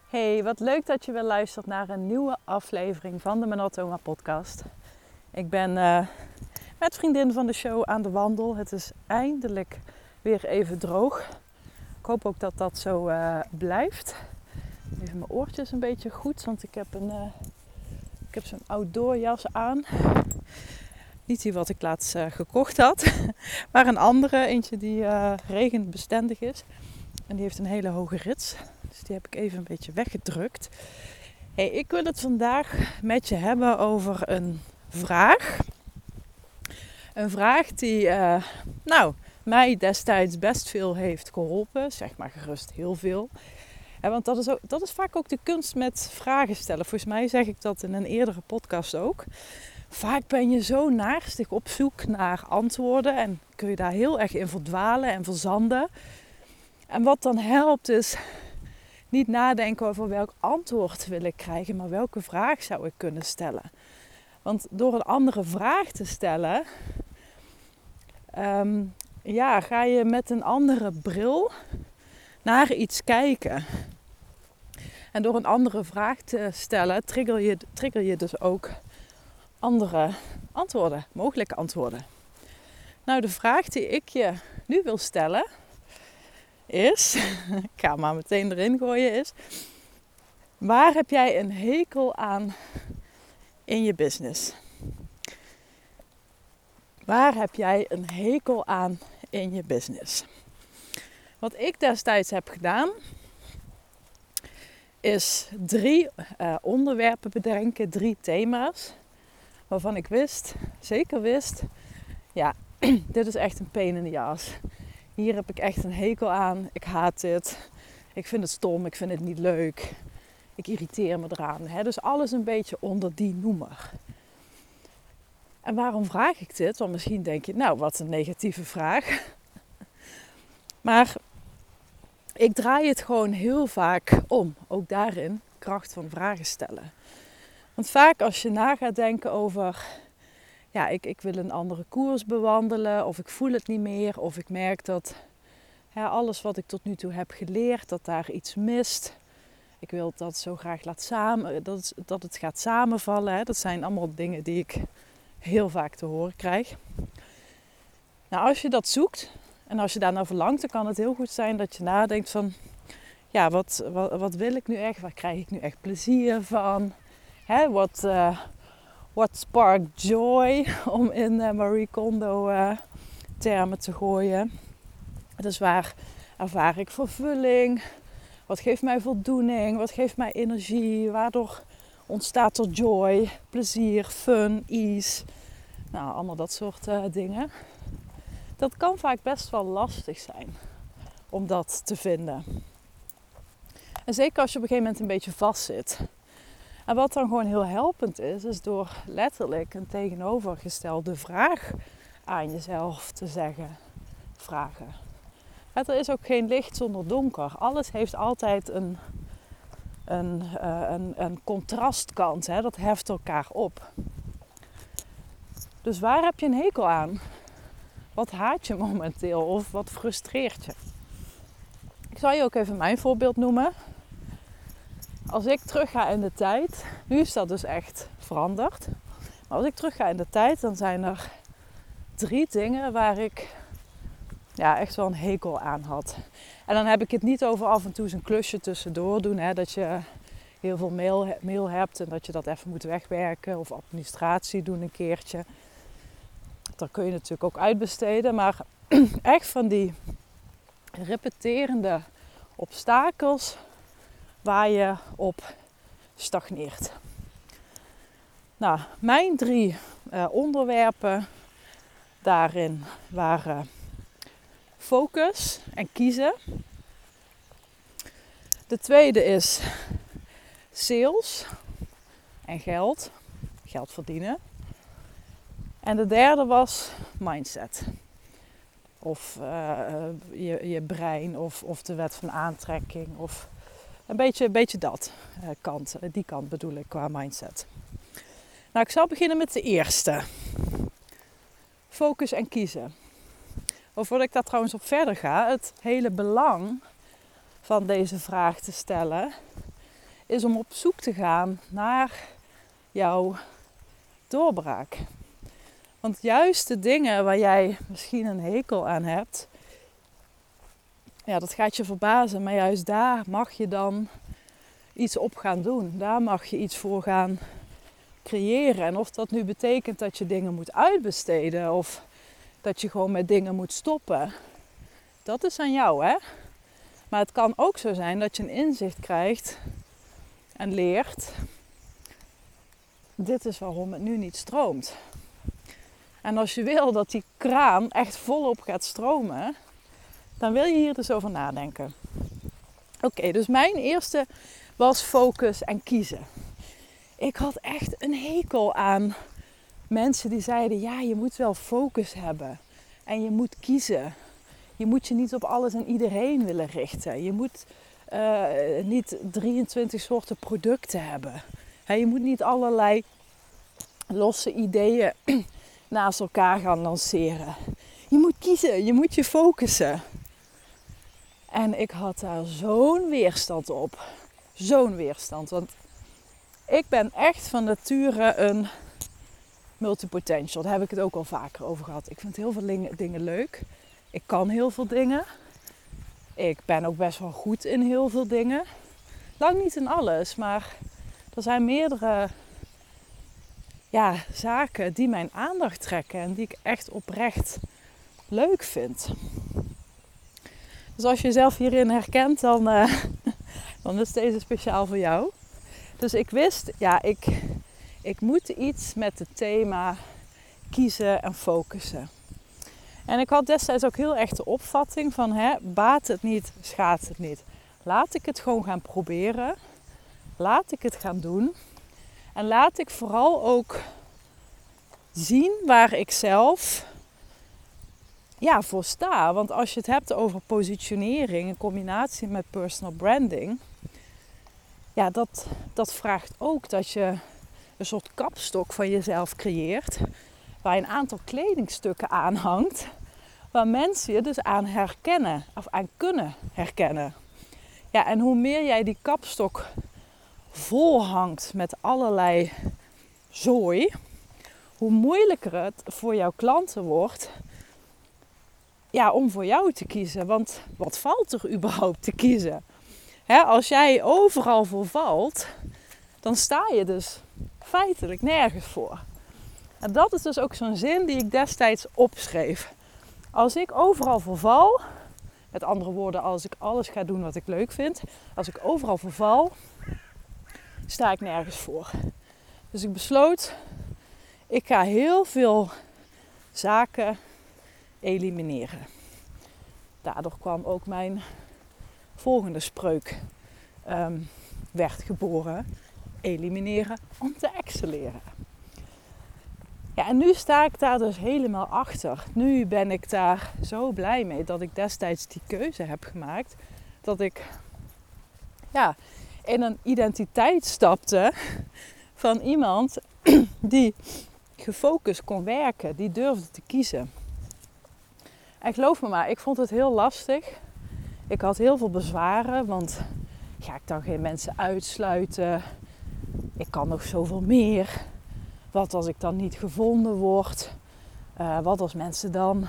Hey, wat leuk dat je weer luistert naar een nieuwe aflevering van de Monotoma podcast. Ik ben met vriendin van de show aan de wandel. Het is eindelijk weer even droog. Ik hoop ook dat dat zo blijft. Even mijn oortjes een beetje goed, want ik heb zo'n outdoor jas aan. Niet die wat ik laatst gekocht had, maar een andere. Eentje die regenbestendig is. En die heeft een hele hoge rits. Dus die heb ik even een beetje weggedrukt. Hey, ik wil het vandaag met je hebben over een vraag. Een vraag die mij destijds best veel heeft geholpen. Zeg maar gerust heel veel. Want dat is vaak ook de kunst met vragen stellen. Volgens mij zeg ik dat in een eerdere podcast ook. Vaak ben je zo naarstig op zoek naar antwoorden. En kun je daar heel erg in verdwalen en verzanden. En wat dan helpt is niet nadenken over welk antwoord wil ik krijgen, maar welke vraag zou ik kunnen stellen. Want door een andere vraag te stellen, ga je met een andere bril naar iets kijken. En door een andere vraag te stellen, trigger je dus ook andere antwoorden, mogelijke antwoorden. Nou, de vraag die ik je nu wil stellen is, ik ga maar meteen erin gooien, is: waar heb jij een hekel aan in je business? Waar heb jij een hekel aan in je business? Wat ik destijds heb gedaan, is 3 onderwerpen bedenken, 3 thema's, waarvan ik zeker wist, ja, dit is echt een pain in the ass. Hier heb ik echt een hekel aan. Ik haat dit. Ik vind het stom. Ik vind het niet leuk. Ik irriteer me eraan. Dus alles een beetje onder die noemer. En waarom vraag ik dit? Want misschien denk je, nou, wat een negatieve vraag. Maar ik draai het gewoon heel vaak om. Ook daarin kracht van vragen stellen. Want vaak als je na gaat denken over, ja, ik wil een andere koers bewandelen. Of ik voel het niet meer. Of ik merk dat alles wat ik tot nu toe heb geleerd, dat daar iets mist. Ik wil dat zo graag dat het gaat samenvallen. Dat zijn allemaal dingen die ik heel vaak te horen krijg. Nou, als je dat zoekt en als je daar naar verlangt, dan kan het heel goed zijn dat je nadenkt van, ja, wat wil ik nu echt? Waar krijg ik nu echt plezier van? What sparked joy, om in Marie Kondo termen te gooien. Dus waar ervaar ik vervulling? Wat geeft mij voldoening? Wat geeft mij energie? Waardoor ontstaat er joy, plezier, fun, ease? Nou, allemaal dat soort dingen. Dat kan vaak best wel lastig zijn om dat te vinden. En zeker als je op een gegeven moment een beetje vastzit. En wat dan gewoon heel helpend is door letterlijk een tegenovergestelde vraag aan jezelf te vragen. Er is ook geen licht zonder donker. Alles heeft altijd een contrastkant. Dat heft elkaar op. Dus waar heb je een hekel aan? Wat haat je momenteel of wat frustreert je? Ik zal je ook even mijn voorbeeld noemen. Als ik terugga in de tijd, nu is dat dus echt veranderd. Maar als ik terugga in de tijd, dan zijn er 3 dingen waar ik echt wel een hekel aan had. En dan heb ik het niet over af en toe eens een klusje tussendoor doen. Dat je heel veel mail hebt en dat je dat even moet wegwerken. Of administratie doen een keertje. Dat kun je natuurlijk ook uitbesteden. Maar echt van die repeterende obstakels waar je op stagneert. Nou, mijn 3 onderwerpen daarin waren focus en kiezen. De tweede is sales en geld verdienen. En de derde was mindset. Of je brein of de wet van aantrekking. Of een beetje dat kant. Die kant bedoel ik qua mindset. Nou, ik zal beginnen met de eerste. Focus en kiezen. Of voordat ik daar trouwens op verder ga, het hele belang van deze vraag te stellen is om op zoek te gaan naar jouw doorbraak. Want juist de dingen waar jij misschien een hekel aan hebt, ja, dat gaat je verbazen. Maar juist daar mag je dan iets op gaan doen. Daar mag je iets voor gaan creëren. En of dat nu betekent dat je dingen moet uitbesteden of dat je gewoon met dingen moet stoppen, dat is aan jou, hè? Maar het kan ook zo zijn dat je een inzicht krijgt en leert, dit is waarom het nu niet stroomt. En als je wil dat die kraan echt volop gaat stromen, dan wil je hier dus over nadenken. Oké, dus mijn eerste was focus en kiezen. Ik had echt een hekel aan mensen die zeiden, ja, je moet wel focus hebben. En je moet kiezen. Je moet je niet op alles en iedereen willen richten. Je moet niet 23 soorten producten hebben. Je moet niet allerlei losse ideeën naast elkaar gaan lanceren. Je moet kiezen, je moet je focussen. En ik had daar zo'n weerstand op. Zo'n weerstand. Want ik ben echt van nature een multipotential. Daar heb ik het ook al vaker over gehad. Ik vind heel veel dingen leuk. Ik kan heel veel dingen. Ik ben ook best wel goed in heel veel dingen. Lang niet in alles, maar er zijn meerdere zaken die mijn aandacht trekken en die ik echt oprecht leuk vind. Dus als je jezelf hierin herkent, dan is deze speciaal voor jou. Dus ik wist, ik moet iets met het thema kiezen en focussen. En ik had destijds ook heel erg de opvatting van, baat het niet, schaadt het niet. Laat ik het gewoon gaan proberen. Laat ik het gaan doen. En laat ik vooral ook zien waar ik zelf voor sta. Want als je het hebt over positionering in combinatie met personal branding, dat vraagt ook dat je een soort kapstok van jezelf creëert, waar je een aantal kledingstukken aanhangt, waar mensen je dus aan herkennen of aan kunnen herkennen. Ja, en hoe meer jij die kapstok volhangt met allerlei zooi, hoe moeilijker het voor jouw klanten wordt om voor jou te kiezen. Want wat valt er überhaupt te kiezen? Als jij overal voor valt, dan sta je dus feitelijk nergens voor. En dat is dus ook zo'n zin die ik destijds opschreef. Als ik overal voor val, met andere woorden, als ik alles ga doen wat ik leuk vind, als ik overal voor val, sta ik nergens voor. Dus ik besloot, ik ga heel veel zaken elimineren. Daardoor kwam ook mijn volgende spreuk werd geboren. Elimineren om te excelleren. Ja, en nu sta ik daar dus helemaal achter. Nu ben ik daar zo blij mee dat ik destijds die keuze heb gemaakt. Dat ik in een identiteit stapte van iemand die gefocust kon werken. Die durfde te kiezen. En geloof me maar, ik vond het heel lastig. Ik had heel veel bezwaren, want ga ik dan geen mensen uitsluiten? Ik kan nog zoveel meer. Wat als ik dan niet gevonden word? Wat als mensen dan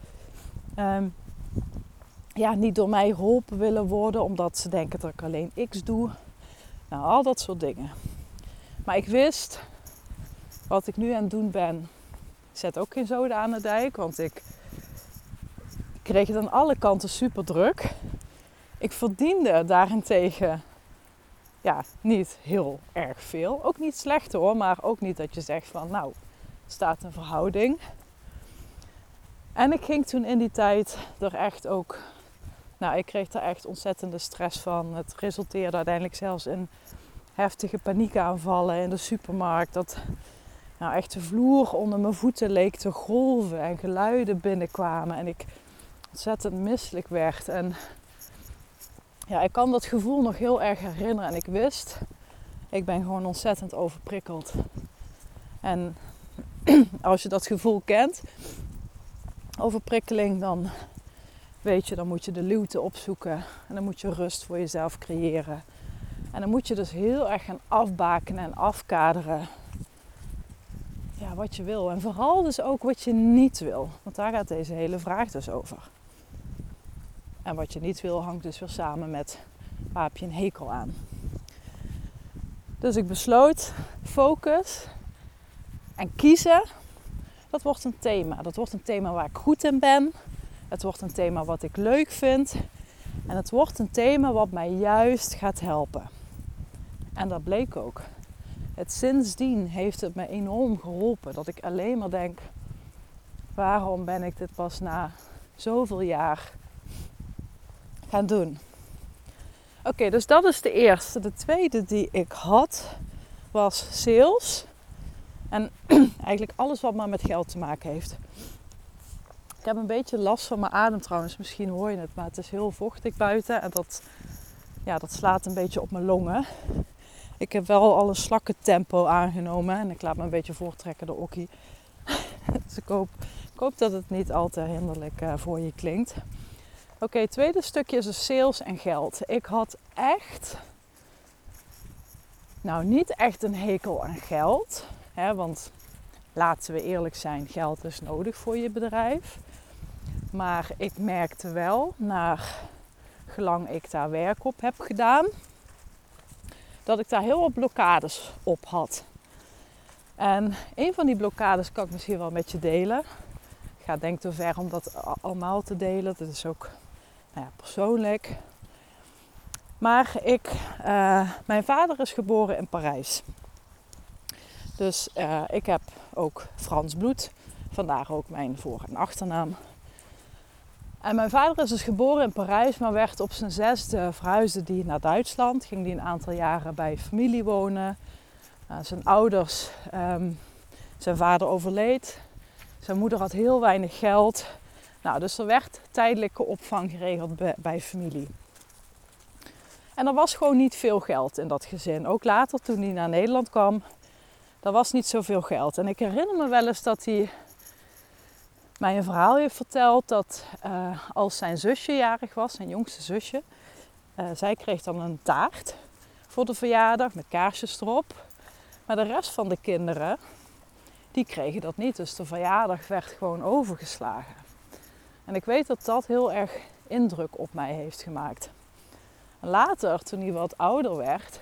niet door mij geholpen willen worden, omdat ze denken dat ik alleen X doe? Nou, al dat soort dingen. Maar ik wist, wat ik nu aan het doen ben, zet ook geen zoden aan de dijk, want ik kreeg het aan alle kanten super druk. Ik verdiende daarentegen niet heel erg veel. Ook niet slecht hoor, maar ook niet dat je zegt van staat een verhouding. En ik ging toen in die tijd er echt ook, ik kreeg er echt ontzettende stress van. Het resulteerde uiteindelijk zelfs in heftige paniekaanvallen in de supermarkt. Dat echt de vloer onder mijn voeten leek te golven en geluiden binnenkwamen. En ik ontzettend misselijk werd. En ik kan dat gevoel nog heel erg herinneren. En ik wist, ik ben gewoon ontzettend overprikkeld. En als je dat gevoel kent, overprikkeling, dan weet je, dan moet je de luwte opzoeken. En dan moet je rust voor jezelf creëren. En dan moet je dus heel erg gaan afbakenen en afkaderen. Ja, wat je wil. En vooral dus ook wat je niet wil. Want daar gaat deze hele vraag dus over. En wat je niet wil hangt dus weer samen met waar heb je een hekel aan. Dus ik besloot focus en kiezen. Dat wordt een thema. Dat wordt een thema waar ik goed in ben. Het wordt een thema wat ik leuk vind. En het wordt een thema wat mij juist gaat helpen. En dat bleek ook. Sindsdien heeft het me enorm geholpen. Dat ik alleen maar denk, waarom ben ik dit pas na zoveel jaar gaan doen? Oké, dus dat is de eerste. De tweede die ik had was sales. En eigenlijk alles wat maar met geld te maken heeft. Ik heb een beetje last van mijn adem trouwens. Misschien hoor je het, maar het is heel vochtig buiten. En dat slaat een beetje op mijn longen. Ik heb wel al een slakkentempo aangenomen. En ik laat me een beetje voortrekken door Okkie. Dus ik hoop dat het niet al te hinderlijk voor je klinkt. Oké, het tweede stukje is dus sales en geld. Ik had niet echt een hekel aan geld. Want laten we eerlijk zijn, geld is nodig voor je bedrijf. Maar ik merkte wel, naar gelang ik daar werk op heb gedaan, dat ik daar heel wat blokkades op had. En een van die blokkades kan ik misschien wel met je delen. Ik ga denk te ver om dat allemaal te delen. Dat is ook persoonlijk. Maar mijn vader is geboren in Parijs. Dus ik heb ook Frans bloed. Vandaar ook mijn voor- en achternaam. En mijn vader is dus geboren in Parijs, maar werd op zijn 6e verhuisde die naar Duitsland. Ging die een aantal jaren bij familie wonen. Zijn ouders, zijn vader overleed. Zijn moeder had heel weinig geld. Dus er werd tijdelijke opvang geregeld bij familie. En er was gewoon niet veel geld in dat gezin. Ook later toen hij naar Nederland kwam, er was niet zoveel geld. En ik herinner me wel eens dat hij mij een verhaal heeft verteld dat als zijn zusje jarig was, zijn jongste zusje, zij kreeg dan een taart voor de verjaardag met kaarsjes erop. Maar de rest van de kinderen, die kregen dat niet. Dus de verjaardag werd gewoon overgeslagen. En ik weet dat dat heel erg indruk op mij heeft gemaakt. En later, toen hij wat ouder werd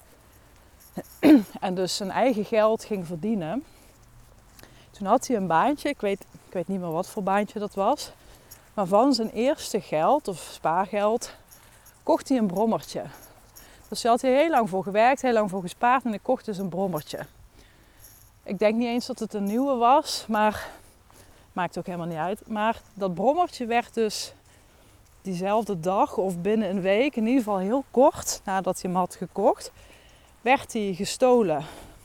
en dus zijn eigen geld ging verdienen, toen had hij een baantje, ik weet niet meer wat voor baantje dat was, maar van zijn eerste geld of spaargeld kocht hij een brommertje. Dus daar had hij heel lang voor gewerkt, heel lang voor gespaard en ik kocht dus een brommertje. Ik denk niet eens dat het een nieuwe was, maar maakt ook helemaal niet uit. Maar dat brommertje werd dus diezelfde dag of binnen een week, in ieder geval heel kort nadat hij hem had gekocht, werd hij gestolen.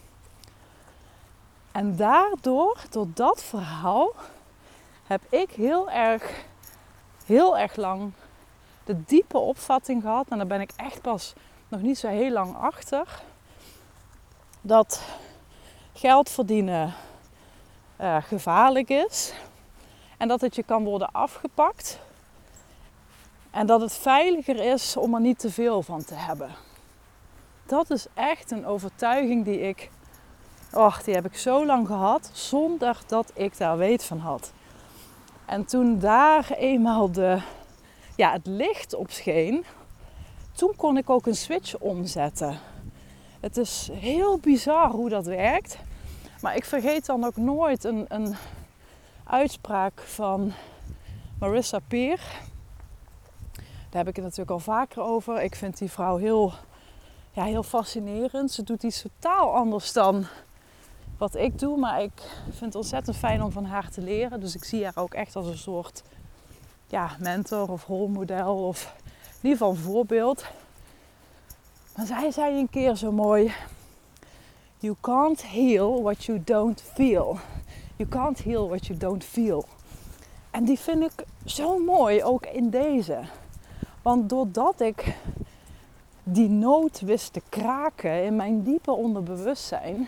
En daardoor, door dat verhaal, heb ik heel erg lang de diepe opvatting gehad. En daar ben ik echt pas nog niet zo heel lang achter. Dat geld verdienen gevaarlijk is. En dat het je kan worden afgepakt. En dat het veiliger is om er niet te veel van te hebben. Dat is echt een overtuiging die heb ik zo lang gehad, zonder dat ik daar weet van had. En toen daar eenmaal het licht op scheen, toen kon ik ook een switch omzetten. Het is heel bizar hoe dat werkt. Maar ik vergeet dan ook nooit een uitspraak van Marissa Peer. Daar heb ik het natuurlijk al vaker over. Ik vind die vrouw heel fascinerend. Ze doet iets totaal anders dan wat ik doe. Maar ik vind het ontzettend fijn om van haar te leren. Dus ik zie haar ook echt als een soort mentor of rolmodel. Of in ieder geval een voorbeeld. Maar zij zei een keer zo mooi: You can't heal what you don't feel. You can't heal what you don't feel. En die vind ik zo mooi, ook in deze. Want doordat ik die nood wist te kraken in mijn diepe onderbewustzijn,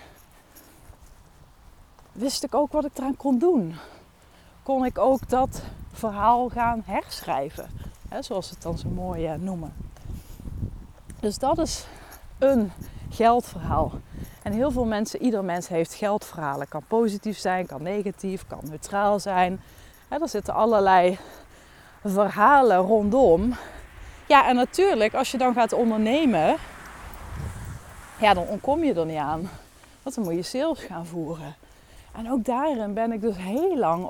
wist ik ook wat ik eraan kon doen. Kon ik ook dat verhaal gaan herschrijven. Zoals ze het dan zo mooi noemen. Dus dat is een geldverhaal. En heel veel mensen, ieder mens heeft geldverhalen. Kan positief zijn, kan negatief, kan neutraal zijn. Er zitten allerlei verhalen rondom. Ja, en natuurlijk, als je dan gaat ondernemen, ja, dan ontkom je er niet aan. Want dan moet je sales gaan voeren. En ook daarin ben ik dus heel lang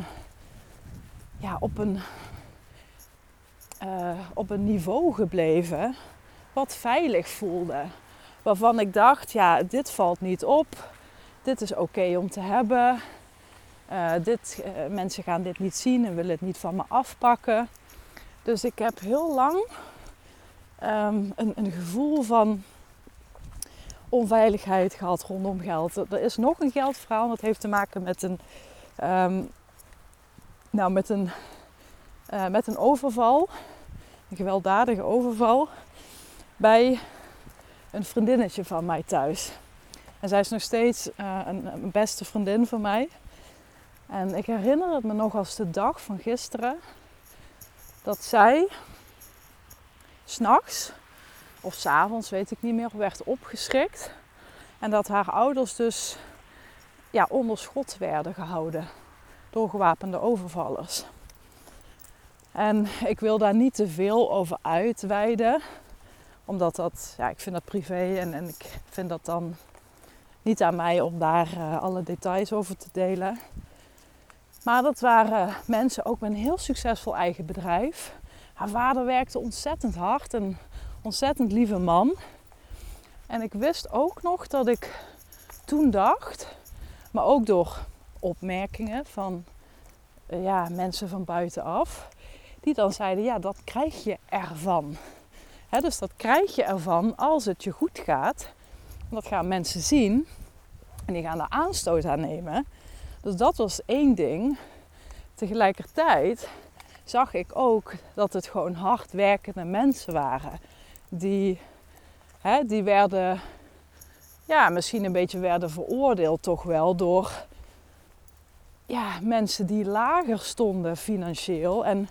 op een niveau gebleven wat veilig voelde. Waarvan ik dacht, ja, dit valt niet op. Dit is oké om te hebben. Mensen gaan dit niet zien en willen het niet van me afpakken. Dus ik heb heel lang een gevoel van onveiligheid gehad rondom geld. Er is nog een geldverhaal. Dat heeft te maken met een overval. Een gewelddadige overval. Bij een vriendinnetje van mij thuis. En zij is nog steeds een beste vriendin van mij. En ik herinner het me nog als de dag van gisteren. Dat zij 's nachts of 's avonds, weet ik niet meer, werd opgeschrikt. En dat haar ouders dus onder schot werden gehouden door gewapende overvallers. En ik wil daar niet te veel over uitweiden. Omdat ik vind dat privé en ik vind dat dan niet aan mij om daar alle details over te delen. Maar dat waren mensen ook met een heel succesvol eigen bedrijf. Haar vader werkte ontzettend hard, een ontzettend lieve man. En ik wist ook nog dat ik toen dacht, maar ook door opmerkingen van mensen van buitenaf, die dan zeiden, ja, dat krijg je ervan. Dus dat krijg je ervan als het je goed gaat. Dat gaan mensen zien en die gaan er aanstoot aan nemen. Dus dat was één ding. Tegelijkertijd zag ik ook dat het gewoon hardwerkende mensen waren. Die werden, misschien een beetje werden veroordeeld toch wel door mensen die lager stonden financieel. En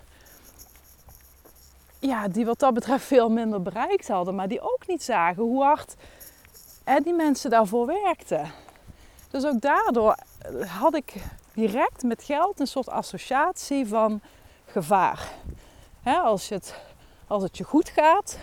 die wat dat betreft veel minder bereikt hadden. Maar die ook niet zagen hoe hard die mensen daarvoor werkten. Dus ook daardoor had ik direct met geld een soort associatie van gevaar. Als het je goed gaat,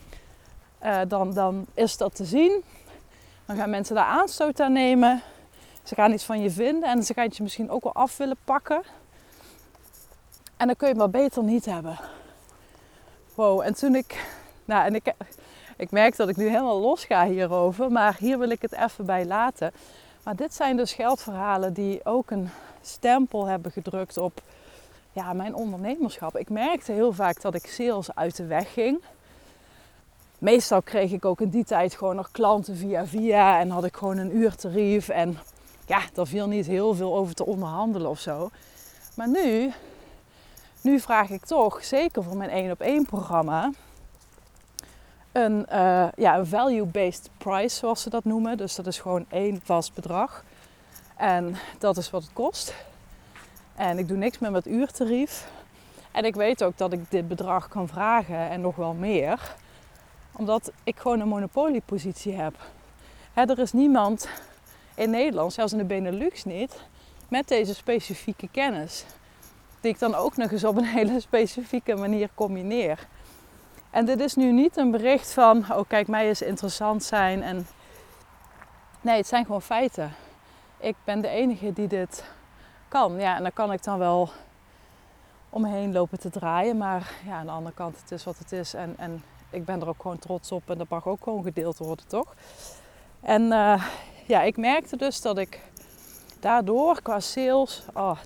dan is dat te zien. Dan gaan mensen daar aanstoot aan nemen. Ze gaan iets van je vinden en ze gaan het je misschien ook wel af willen pakken. En dan kun je het maar beter niet hebben. Wow, en toen ik merk dat ik nu helemaal los ga hierover, maar hier wil ik het even bij laten. Maar dit zijn dus geldverhalen die ook een stempel hebben gedrukt op mijn ondernemerschap. Ik merkte heel vaak dat ik sales uit de weg ging. Meestal kreeg ik ook in die tijd gewoon nog klanten via en had ik gewoon een uurtarief. En daar viel niet heel veel over te onderhandelen of zo. Maar nu vraag ik toch, zeker voor mijn 1-op-1 programma, een value-based price zoals ze dat noemen. Dus dat is gewoon 1 vast bedrag. En dat is wat het kost. En ik doe niks meer met uurtarief. En ik weet ook dat ik dit bedrag kan vragen en nog wel meer. Omdat ik gewoon een monopoliepositie heb. Er is niemand in Nederland, zelfs in de Benelux niet, met deze specifieke kennis. Die ik dan ook nog eens op een hele specifieke manier combineer. En dit is nu niet een bericht van, oh kijk, mij eens interessant zijn. En nee, het zijn gewoon feiten. Ik ben de enige die dit kan. Ja, en dan kan ik dan wel om me heen lopen te draaien. Maar aan de andere kant, het is wat het is. En ik ben er ook gewoon trots op. En dat mag ook gewoon gedeeld worden, toch? En ik merkte dus dat ik daardoor qua sales,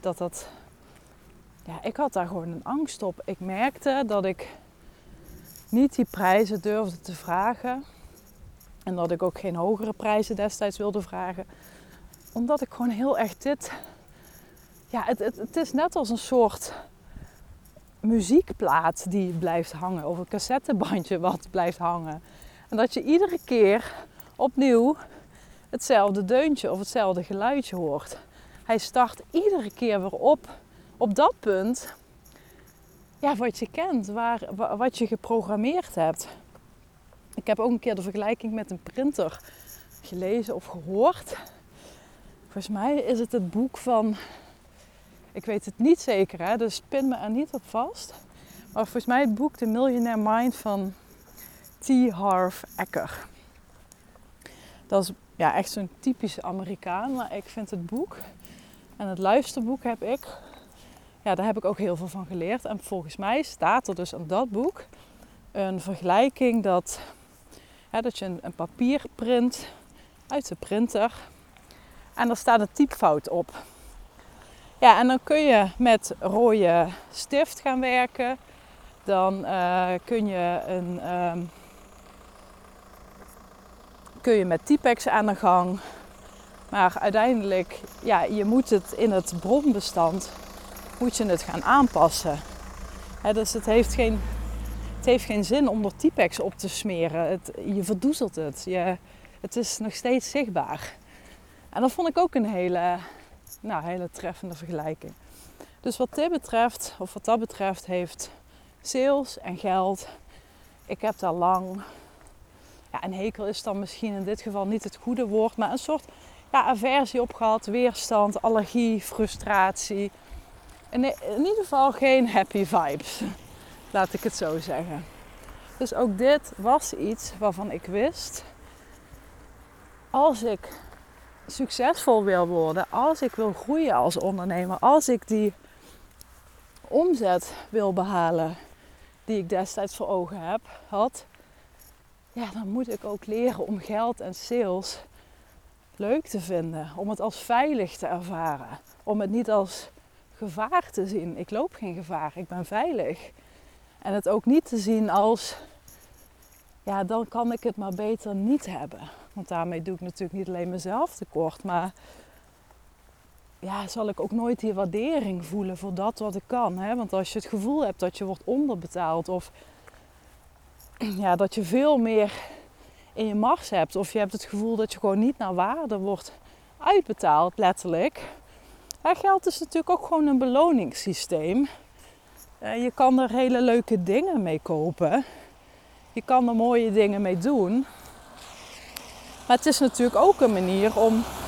ik had daar gewoon een angst op. Ik merkte dat ik niet die prijzen durfde te vragen. En dat ik ook geen hogere prijzen destijds wilde vragen. Omdat ik gewoon heel erg dit... Het is net als een soort muziekplaat die blijft hangen. Of een cassettebandje wat blijft hangen. En dat je iedere keer opnieuw hetzelfde deuntje of hetzelfde geluidje hoort. Hij start iedere keer weer op dat punt... wat je kent, wat je geprogrammeerd hebt. Ik heb ook een keer de vergelijking met een printer gelezen of gehoord. Volgens mij is het boek van, ik weet het niet zeker, hè, dus pin me er niet op vast. Maar volgens mij het boek The Millionaire Mind van T. Harv Eker. Dat is echt zo'n typische Amerikaan, maar ik vind het boek en het luisterboek daar heb ik ook heel veel van geleerd. En volgens mij staat er dus in dat boek een vergelijking dat je een papier print uit de printer en er staat een typfout op. Ja, en dan kun je met rode stift gaan werken. Dan kun je met Typex aan de gang. Maar uiteindelijk, je moet het in het bronbestand moet je het gaan aanpassen. Dus het heeft geen zin om er Typex op te smeren. Je verdoezelt het. Het is nog steeds zichtbaar. En dat vond ik ook een hele treffende vergelijking. Dus wat dat betreft heeft sales en geld. Ik heb daar lang, een hekel is dan misschien in dit geval niet het goede woord, maar een soort aversie op gehad, weerstand, allergie, frustratie. In ieder geval geen happy vibes, laat ik het zo zeggen. Dus ook dit was iets waarvan ik wist, als ik succesvol wil worden, als ik wil groeien als ondernemer, als ik die omzet wil behalen die ik destijds voor ogen had, dan moet ik ook leren om geld en sales leuk te vinden. Om het als veilig te ervaren. Om het niet als gevaar te zien. Ik loop geen gevaar, ik ben veilig. En het ook niet te zien als, dan kan ik het maar beter niet hebben. Want daarmee doe ik natuurlijk niet alleen mezelf tekort, maar zal ik ook nooit die waardering voelen voor dat wat ik kan. Hè? Want als je het gevoel hebt dat je wordt onderbetaald of dat je veel meer in je mars hebt, of je hebt het gevoel dat je gewoon niet naar waarde wordt uitbetaald, letterlijk. Geld is natuurlijk ook gewoon een beloningssysteem. Je kan er hele leuke dingen mee kopen. Je kan er mooie dingen mee doen. Maar het is natuurlijk ook een manier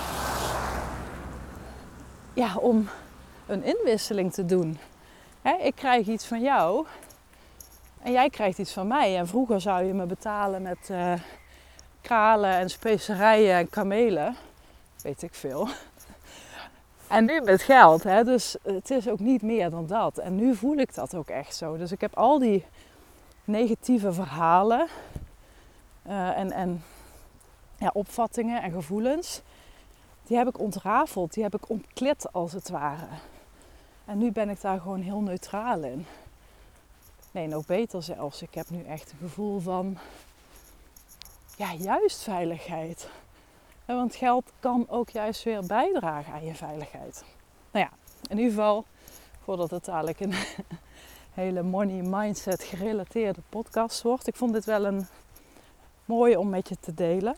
om een inwisseling te doen. Ik krijg iets van jou en jij krijgt iets van mij. En vroeger zou je me betalen met kralen en specerijen en kamelen. Weet ik veel. En nu met geld. Dus het is ook niet meer dan dat. En nu voel ik dat ook echt zo. Dus ik heb al die negatieve verhalen en opvattingen en gevoelens. Die heb ik ontrafeld. Die heb ik ontklit als het ware. En nu ben ik daar gewoon heel neutraal in. Nee, nog beter zelfs. Ik heb nu echt een gevoel van, juist veiligheid. Want geld kan ook juist weer bijdragen aan je veiligheid. Nou ja, in ieder geval, voordat het dadelijk een hele money mindset gerelateerde podcast wordt. Ik vond dit wel een mooie om met je te delen.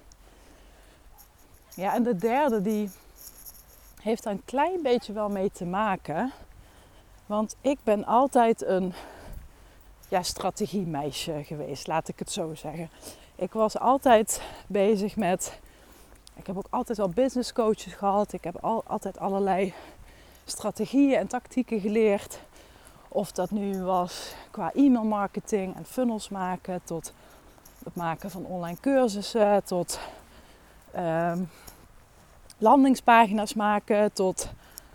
Ja, en de derde die heeft daar een klein beetje wel mee te maken. Want ik ben altijd een strategiemeisje geweest, laat ik het zo zeggen. Ik was altijd bezig met, ik heb ook altijd al business coaches gehad. Ik heb altijd allerlei strategieën en tactieken geleerd. Of dat nu was qua e-mail marketing en funnels maken, tot het maken van online cursussen, tot landingspagina's maken, tot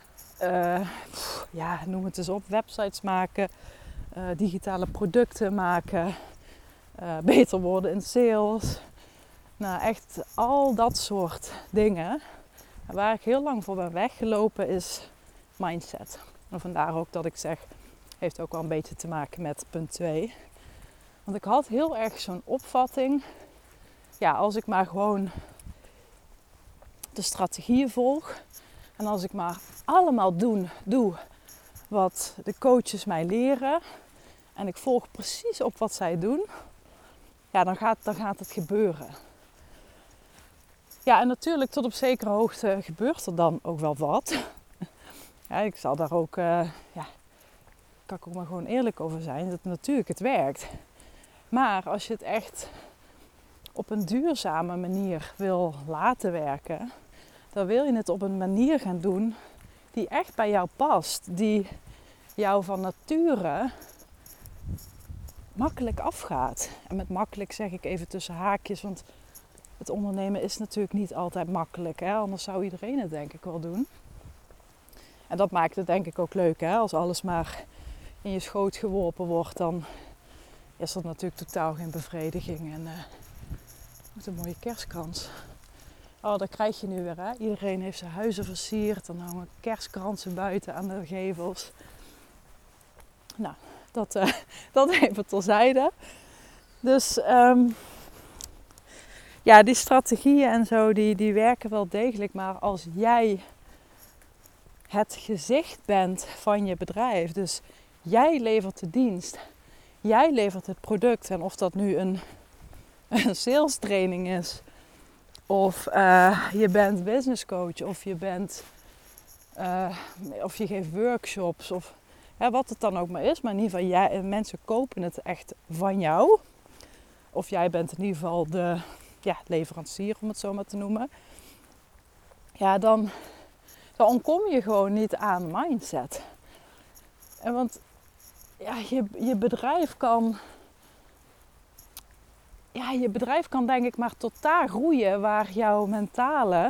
noem het eens op, websites maken, digitale producten maken, beter worden in sales. Nou, echt al dat soort dingen. Waar ik heel lang voor ben weggelopen is mindset. En vandaar ook dat ik zeg, heeft ook wel een beetje te maken met punt 2. Want ik had heel erg zo'n opvatting. Als ik maar gewoon de strategieën volg. En als ik maar allemaal doe wat de coaches mij leren. En ik volg precies op wat zij doen. Dan gaat het gebeuren. Ja, en natuurlijk tot op zekere hoogte gebeurt er dan ook wel wat. Ik zal daar ook, kan ik ook maar gewoon eerlijk over zijn. Dat natuurlijk het werkt. Maar als je het echt op een duurzame manier wil laten werken, dan wil je het op een manier gaan doen die echt bij jou past. Die jou van nature makkelijk afgaat. En met makkelijk zeg ik even tussen haakjes, want het ondernemen is natuurlijk niet altijd makkelijk. Hè? Anders zou iedereen het denk ik wel doen. En dat maakt het denk ik ook leuk. Hè? Als alles maar in je schoot geworpen wordt, dan is dat natuurlijk totaal geen bevrediging. En wat een mooie kerstkrans. Oh, dat krijg je nu weer. Hè? Iedereen heeft zijn huizen versierd. Dan hangen kerstkransen buiten aan de gevels. Nou, dat even terzijde. Dus ja, die strategieën en zo, die werken wel degelijk. Maar als jij het gezicht bent van je bedrijf, dus jij levert de dienst, jij levert het product. En of dat nu een sales training is, of je bent business coach, of je geeft workshops, of wat het dan ook maar is. Maar in ieder geval, mensen kopen het echt van jou. Of jij bent in ieder geval de leverancier, om het zo maar te noemen. Ja, dan ontkom je gewoon niet aan mindset. En want je bedrijf kan... Ja, je bedrijf kan denk ik maar tot daar groeien waar jouw mentale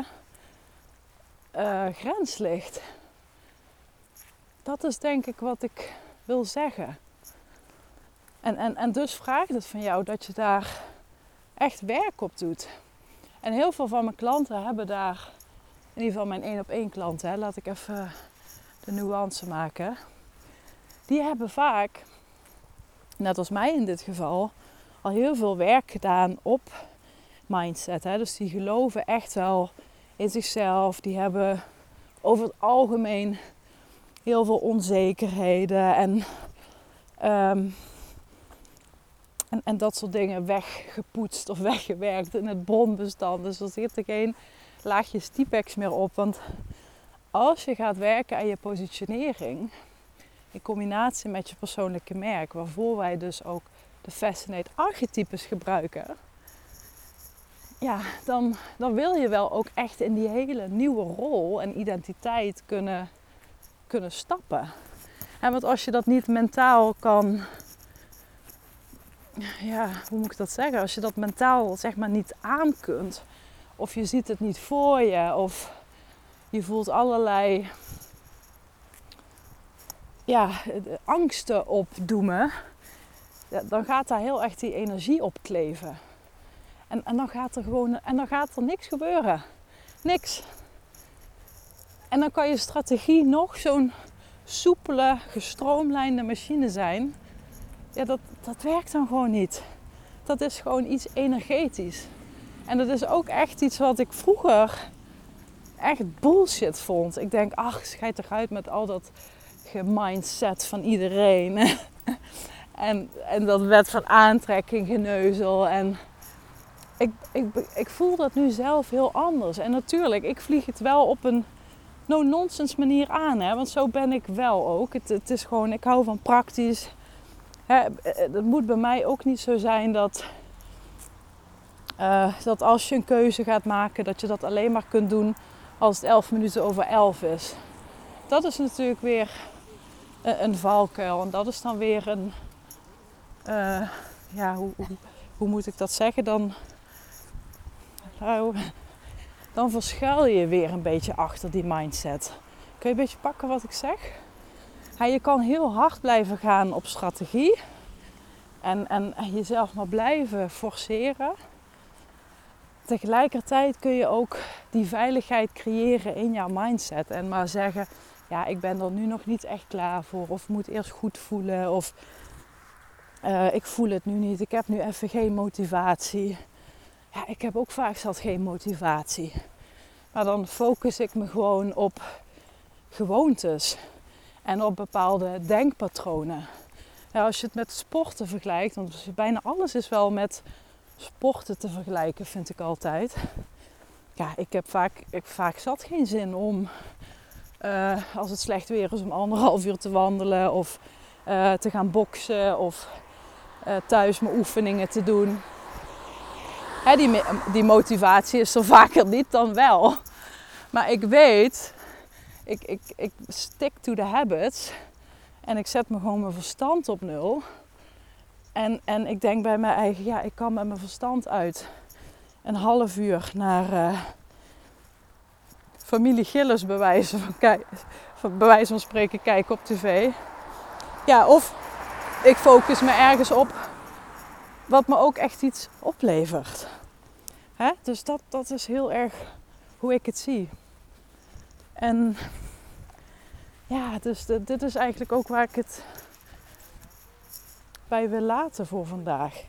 grens ligt. Dat is denk ik wat ik wil zeggen. En dus vraagt het van jou dat je daar echt werk op doet. En heel veel van mijn klanten hebben daar, in ieder geval mijn 1-op-1 klanten, laat ik even de nuance maken. Die hebben vaak, net als mij in dit geval, al heel veel werk gedaan op mindset. Hè? Dus die geloven echt wel in zichzelf. Die hebben over het algemeen heel veel onzekerheden en dat soort dingen weggepoetst of weggewerkt in het bronbestand. Dus er zit er geen laagjes Tipex meer op. Want als je gaat werken aan je positionering, in combinatie met je persoonlijke merk, waarvoor wij dus ook de Fascinate archetypes gebruiken, ja, dan wil je wel ook echt in die hele nieuwe rol en identiteit kunnen stappen. En want als je dat niet mentaal kan, ja, hoe moet ik dat zeggen? Als je dat mentaal zeg maar niet aan kunt, of je ziet het niet voor je, of je voelt allerlei angsten opdoemen, dan gaat daar heel echt die energie op kleven. En dan gaat er niks gebeuren. Niks. En dan kan je strategie nog zo'n soepele, gestroomlijnde machine zijn. Ja, dat werkt dan gewoon niet. Dat is gewoon iets energetisch. En dat is ook echt iets wat ik vroeger echt bullshit vond. Ik denk, schijt toch uit met al dat gemindset van iedereen. en dat wet van aantrekking geneuzel. En ik voel dat nu zelf heel anders. En natuurlijk, ik vlieg het wel op een no-nonsense manier aan. Hè? Want zo ben ik wel ook. Het is gewoon, ik hou van praktisch. Het moet bij mij ook niet zo zijn dat als je een keuze gaat maken, dat je dat alleen maar kunt doen als het 11:11 is. Dat is natuurlijk weer een valkuil. En dat is dan weer een... hoe moet ik dat zeggen? Dan verschuil je weer een beetje achter die mindset. Kun je een beetje pakken wat ik zeg? Je kan heel hard blijven gaan op strategie. En jezelf maar blijven forceren. Tegelijkertijd kun je ook die veiligheid creëren in jouw mindset. En maar zeggen, ja, ik ben er nu nog niet echt klaar voor. Of moet eerst goed voelen. Of ik voel het nu niet. Ik heb nu even geen motivatie. Ja, ik heb ook vaak zat geen motivatie. Maar dan focus ik me gewoon op gewoontes. En op bepaalde denkpatronen. Ja, als je het met sporten vergelijkt, want bijna alles is wel met sporten te vergelijken, vind ik altijd. Ja, ik heb vaak zat geen zin om, als het slecht weer is, om 1,5 uur te wandelen of te gaan boksen of thuis mijn oefeningen te doen. Die motivatie is er vaker niet dan wel. Maar ik weet, ik stick to the habits. En ik zet me gewoon mijn verstand op nul. En ik denk bij mijn eigen, ja, ik kan met mijn verstand uit een half uur naar familie Gillis bij wijze van spreken kijken op tv. Ja, of ik focus me ergens op wat me ook echt iets oplevert. Hè? Dus dat is heel erg hoe ik het zie. En ja, dus dit is eigenlijk ook waar ik het bij wil laten voor vandaag.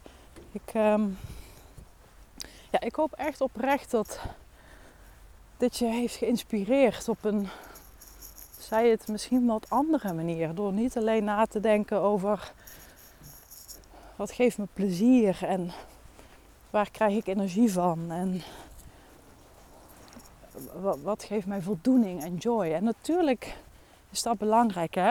Ik hoop echt oprecht dat dit je heeft geïnspireerd op een, zij het misschien wat andere manier. Door niet alleen na te denken over wat geeft me plezier en waar krijg ik energie van en wat geeft mij voldoening en joy. En natuurlijk is dat belangrijk, hè.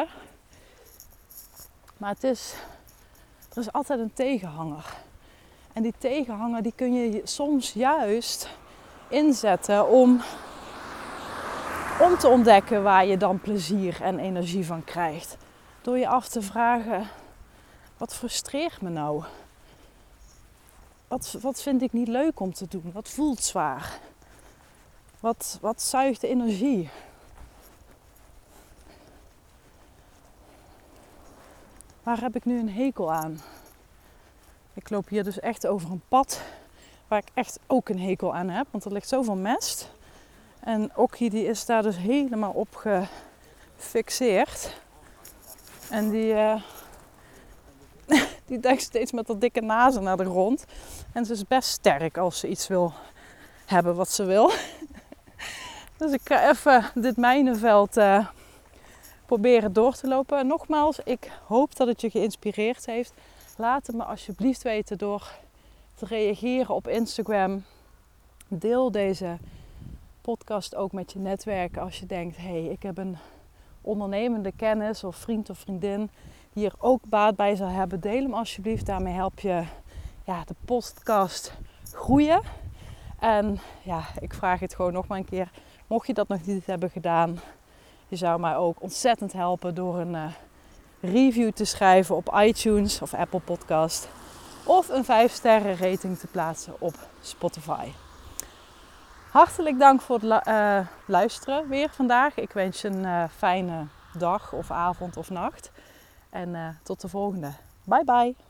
Maar er is altijd een tegenhanger. En die tegenhanger die kun je soms juist inzetten om te ontdekken waar je dan plezier en energie van krijgt. Door je af te vragen, wat frustreert me nou? Wat vind ik niet leuk om te doen? Wat voelt zwaar? Wat zuigt de energie? Waar heb ik nu een hekel aan? Ik loop hier dus echt over een pad waar ik echt ook een hekel aan heb. Want er ligt zoveel mest. En Okkie die is daar dus helemaal op gefixeerd. En die duikt steeds met haar dikke nazen naar de grond. En ze is best sterk als ze iets wil hebben wat ze wil. Dus ik ga even dit mijnenveld proberen door te lopen. En nogmaals, ik hoop dat het je geïnspireerd heeft. Laat het me alsjeblieft weten door te reageren op Instagram. Deel deze podcast ook met je netwerk als je denkt, hey, ik heb een ondernemende kennis of vriend of vriendin die hier ook baat bij zou hebben. Deel hem alsjeblieft. Daarmee help je de podcast groeien. En ja, ik vraag het gewoon nog maar een keer. Mocht je dat nog niet hebben gedaan, je zou mij ook ontzettend helpen door een review te schrijven op iTunes of Apple Podcast. Of een 5-sterren rating te plaatsen op Spotify. Hartelijk dank voor het luisteren weer vandaag. Ik wens je een fijne dag of avond of nacht. En tot de volgende. Bye bye.